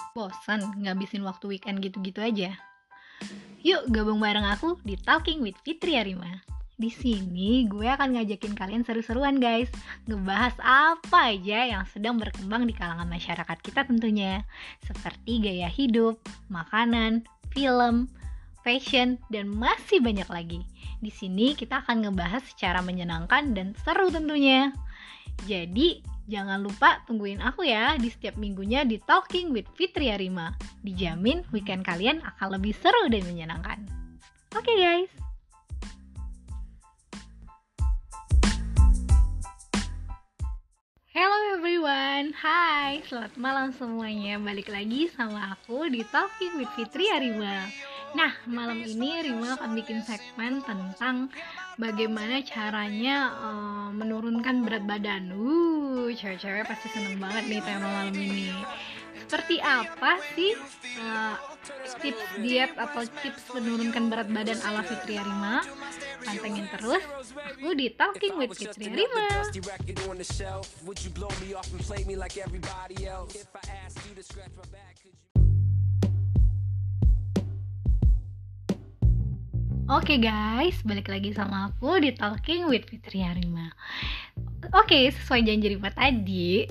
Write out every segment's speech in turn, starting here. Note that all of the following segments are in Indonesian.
Bosan ngabisin waktu weekend gitu-gitu aja? Yuk gabung bareng aku di Talking with Fitri Arima. Di sini gue akan ngajakin kalian seru-seruan guys, ngebahas apa aja yang sedang berkembang di kalangan masyarakat kita tentunya, seperti gaya hidup, makanan, film, fashion, dan masih banyak lagi. Di sini kita akan ngebahas secara menyenangkan dan seru tentunya. Jadi, jangan lupa tungguin aku ya di setiap minggunya di Talking with Fitri Arima. Dijamin weekend kalian akan lebih seru dan menyenangkan. Oke guys. Hello everyone, hai, selamat malam semuanya. Balik lagi sama aku di Talking with Fitri Arima. Nah, malam ini Rima akan bikin segmen tentang bagaimana caranya menurunkan berat badan. Cewek-cewek pasti seneng banget nih tema malam ini. Seperti apa sih tips diet atau tips menurunkan berat badan ala Fitri Arima? Pantengin terus aku di Talking with Fitri Arima. Oke guys, balik lagi sama aku di Talking with Fitri Arima. Oke, sesuai janji Rima tadi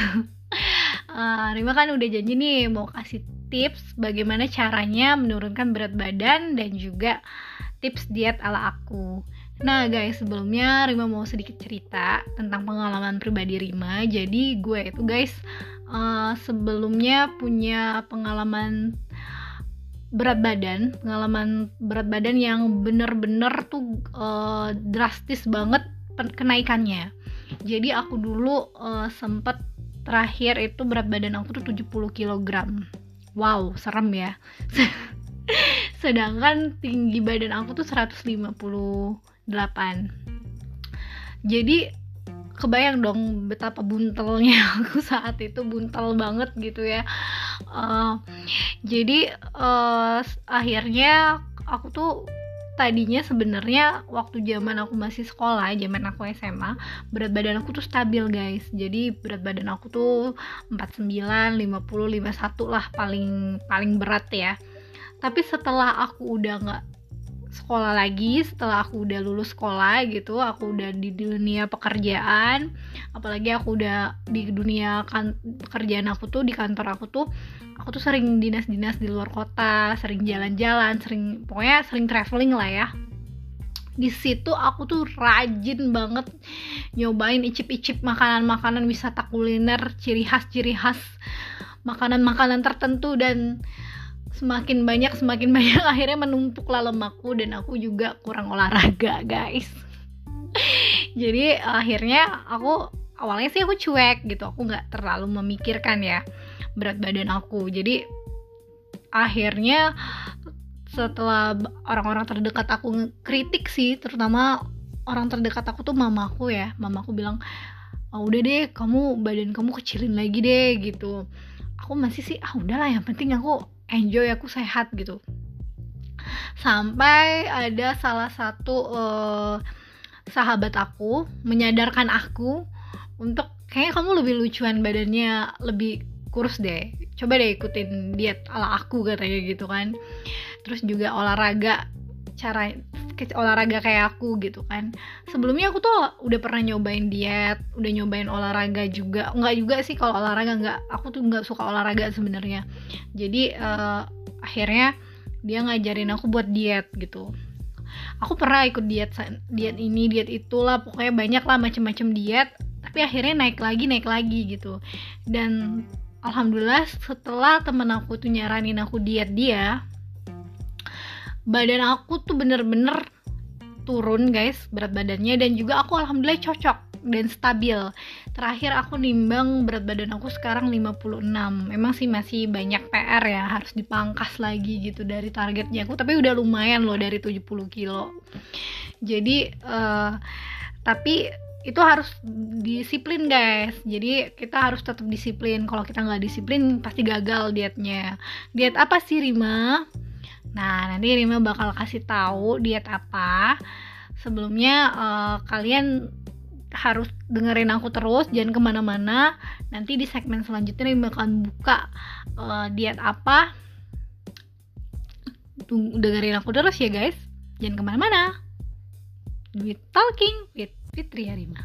Rima kan udah janji nih mau kasih tips bagaimana caranya menurunkan berat badan dan juga tips diet ala aku. Nah guys, sebelumnya Rima mau sedikit cerita tentang pengalaman pribadi Rima. Jadi gue itu guys sebelumnya punya pengalaman berat badan yang bener-bener tuh drastis banget kenaikannya. Jadi aku dulu sempet terakhir itu berat badan aku tuh 70 kg. Wow, serem ya. Sedangkan tinggi badan aku tuh 158. Jadi kebayang dong betapa buntelnya aku saat itu, buntel banget gitu ya. Jadi akhirnya aku tuh tadinya sebenarnya waktu zaman aku masih sekolah, zaman aku SMA, berat badan aku tuh stabil guys. Jadi berat badan aku tuh 49, 50, 51 lah paling berat ya. Tapi setelah aku udah nggak sekolah lagi, setelah aku udah lulus sekolah gitu, aku udah di dunia pekerjaan, apalagi aku udah di dunia pekerjaan aku tuh, di kantor aku tuh sering dinas-dinas di luar kota, sering jalan-jalan, pokoknya sering traveling lah ya. Di situ aku tuh rajin banget nyobain icip-icip makanan-makanan wisata kuliner, ciri khas makanan-makanan tertentu, dan semakin banyak akhirnya menumpuklah lemakku dan aku juga kurang olahraga guys. Jadi akhirnya awalnya sih aku cuek gitu, aku nggak terlalu memikirkan ya berat badan aku. Jadi akhirnya setelah orang-orang terdekat aku kritik sih, terutama orang terdekat aku tuh mamaku bilang, udah deh badan kamu kecilin lagi deh gitu. Aku masih sih udahlah, yang penting aku enjoy, aku sehat gitu. Sampai ada salah satu sahabat aku menyadarkan aku untuk kayaknya kamu lebih lucuan badannya, lebih kurus deh, coba deh ikutin diet ala aku katanya gitu kan. Terus juga olahraga kayak aku gitu kan. Sebelumnya aku tuh udah pernah nyobain diet, udah nyobain olahraga juga. Enggak juga sih kalau olahraga, aku tuh enggak suka olahraga sebenarnya. Jadi akhirnya dia ngajarin aku buat diet gitu. Aku pernah ikut diet ini, diet itulah, pokoknya banyak lah macam-macam diet, tapi akhirnya naik lagi gitu. Dan alhamdulillah setelah temen aku tuh nyaranin aku diet dia, badan aku tuh bener-bener turun guys berat badannya, dan juga aku alhamdulillah cocok dan stabil. Terakhir aku nimbang berat badan aku sekarang 56. Memang sih masih banyak PR ya, harus dipangkas lagi gitu dari targetnya aku, tapi udah lumayan loh dari 70 kilo. Jadi tapi itu harus disiplin guys. Jadi kita harus tetap disiplin. Kalau kita nggak disiplin pasti gagal dietnya. Diet apa sih Rima? Nah nanti Rima bakal kasih tahu diet apa. Sebelumnya kalian harus dengerin aku terus, jangan kemana-mana. Nanti di segmen selanjutnya Rima akan buka diet apa. Dengerin aku terus ya guys, jangan kemana-mana. With Talking with Fitria Rima.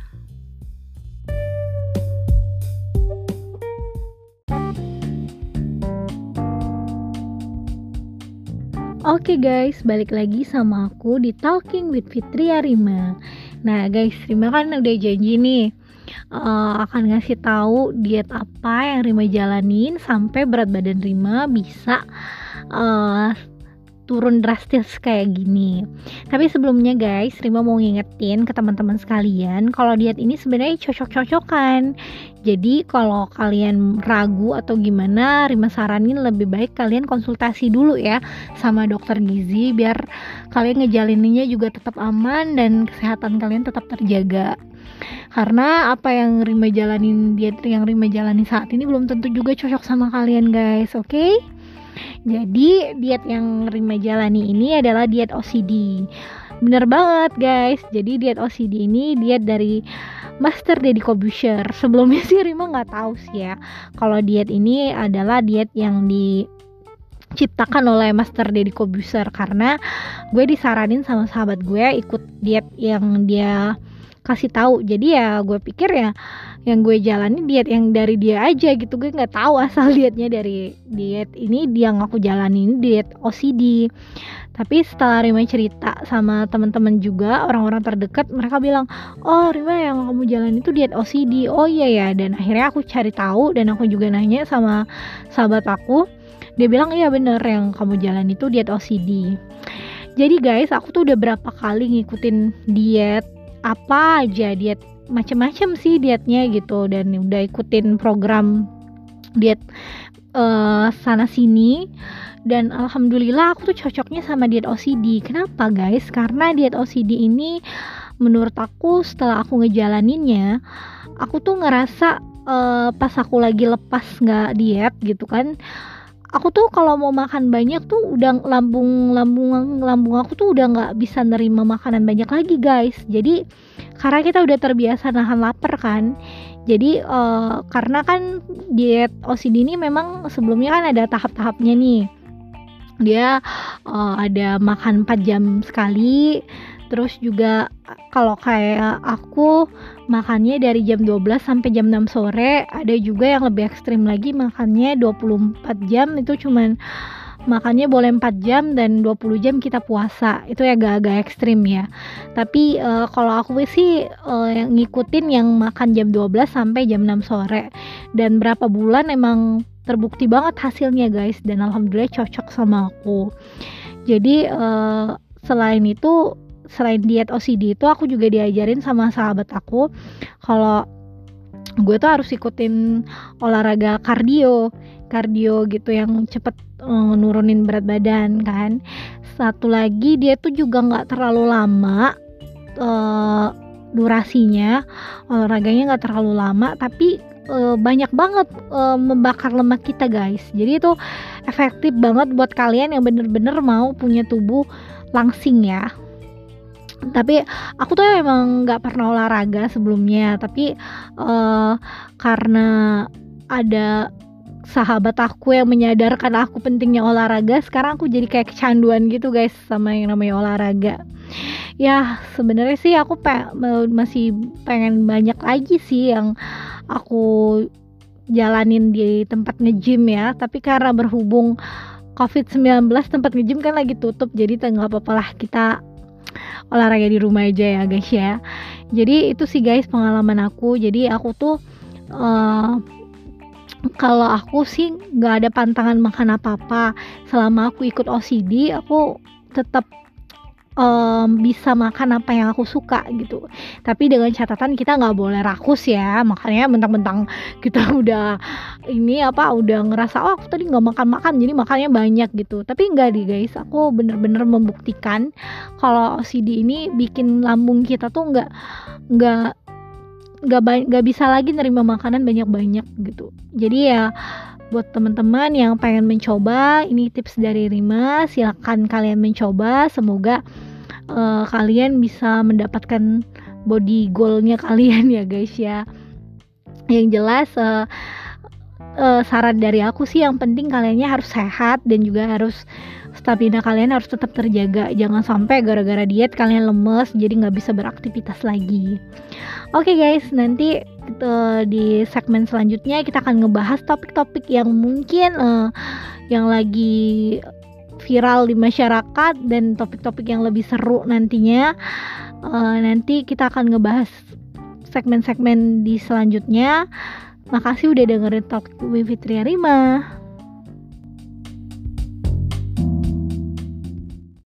Oke guys, balik lagi sama aku di Talking with Fitria Rima. Nah guys, Rima kan udah janji nih akan ngasih tahu diet apa yang Rima jalanin sampai berat badan Rima bisa turun drastis kayak gini. Tapi sebelumnya guys, Rima mau ngingetin ke teman-teman sekalian kalau diet ini sebenarnya cocok-cocokan. Jadi kalau kalian ragu atau gimana, Rima saranin lebih baik kalian konsultasi dulu ya sama dokter gizi biar kalian ngejalaninnya juga tetap aman dan kesehatan kalian tetap terjaga. Karena apa yang Rima jalanin, diet yang Rima jalani saat ini belum tentu juga cocok sama kalian guys, oke? Jadi diet yang Rima jalani ini adalah diet OCD. Bener banget guys. Jadi diet OCD ini diet dari Master Deddy Corbuzier. Sebelumnya sih Rima nggak tahu sih ya kalau diet ini adalah diet yang diciptakan oleh Master Deddy Corbuzier, karena gue disaranin sama sahabat gue ikut diet yang dia kasih tahu. Jadi ya gue pikir ya yang gue jalani diet yang dari dia aja gitu. Gue nggak tahu asal dietnya dari diet ini dia ngaku jalani ini diet OCD. Tapi setelah Rima cerita sama teman-teman juga, orang-orang terdekat, mereka bilang, oh Rima yang kamu jalani itu diet OCD. Oh iya ya. Dan akhirnya aku cari tahu dan aku juga nanya sama sahabat aku. Dia bilang iya bener yang kamu jalani itu diet OCD. Jadi guys, aku tuh udah berapa kali ngikutin diet apa aja, diet macam-macam sih dietnya gitu, dan udah ikutin program diet sana sini, dan alhamdulillah aku tuh cocoknya sama diet OCD. Kenapa guys? Karena diet OCD ini menurut aku setelah aku ngejalaninnya, aku tuh ngerasa pas aku lagi lepas nggak diet gitu kan, aku tuh kalau mau makan banyak tuh udah lambung aku tuh udah nggak bisa nerima makanan banyak lagi guys. Jadi karena kita udah terbiasa nahan lapar kan, jadi karena kan diet OCD ini memang sebelumnya kan ada tahap-tahapnya nih. Dia ada makan 4 jam sekali. Terus juga kalau kayak aku makannya dari jam 12 sampai jam 6 sore. Ada juga yang lebih ekstrim lagi makannya 24 jam. Itu cuman makannya boleh 4 jam dan 20 jam kita puasa. Itu ya agak-agak ekstrim ya. Tapi kalau aku sih yang ngikutin yang makan jam 12 sampai jam 6 sore. Dan berapa bulan emang terbukti banget hasilnya guys. Dan alhamdulillah cocok sama aku. Jadi selain diet OCD itu aku juga diajarin sama sahabat aku kalau gue tuh harus ikutin olahraga kardio gitu yang cepet nurunin berat badan kan. Satu lagi dia tuh juga nggak terlalu lama durasinya, olahraganya nggak terlalu lama tapi banyak banget membakar lemak kita guys. Jadi itu efektif banget buat kalian yang bener-bener mau punya tubuh langsing ya. Tapi aku tuh emang nggak pernah olahraga sebelumnya, tapi karena ada sahabat aku yang menyadarkan aku pentingnya olahraga, sekarang aku jadi kayak kecanduan gitu guys sama yang namanya olahraga. Ya sebenarnya sih aku masih pengen banyak lagi sih yang aku jalanin di tempat nge-gym ya, tapi karena berhubung COVID-19 tempat nge-gym kan lagi tutup, jadi nggak apa-apa lah kita olahraga di rumah aja ya guys ya. Jadi itu sih guys pengalaman aku. Jadi aku tuh kalau aku sih nggak ada pantangan makan apa-apa. Selama aku ikut OCD, aku tetap bisa makan apa yang aku suka gitu. Tapi dengan catatan kita nggak boleh rakus ya. Makanya mentang-mentang kita udah ngerasa aku tadi nggak makan jadi makannya banyak gitu. Tapi enggak guys, aku bener-bener membuktikan kalau OCD ini bikin lambung kita tuh nggak bisa lagi nerima makanan banyak-banyak gitu. Jadi ya buat teman-teman yang pengen mencoba, ini tips dari Rima, silakan kalian mencoba. Semoga kalian bisa mendapatkan body goalnya kalian ya guys ya. Yang jelas saran dari aku sih yang penting kaliannya harus sehat dan juga harus stamina kalian harus tetap terjaga. Jangan sampai gara-gara diet kalian lemes jadi nggak bisa beraktivitas lagi. Oke guys, nanti di segmen selanjutnya kita akan ngebahas topik-topik yang mungkin yang lagi viral di masyarakat dan topik-topik yang lebih seru nantinya. Nanti kita akan ngebahas segmen-segmen di selanjutnya. Makasih udah dengerin Talk with Fitria Rima.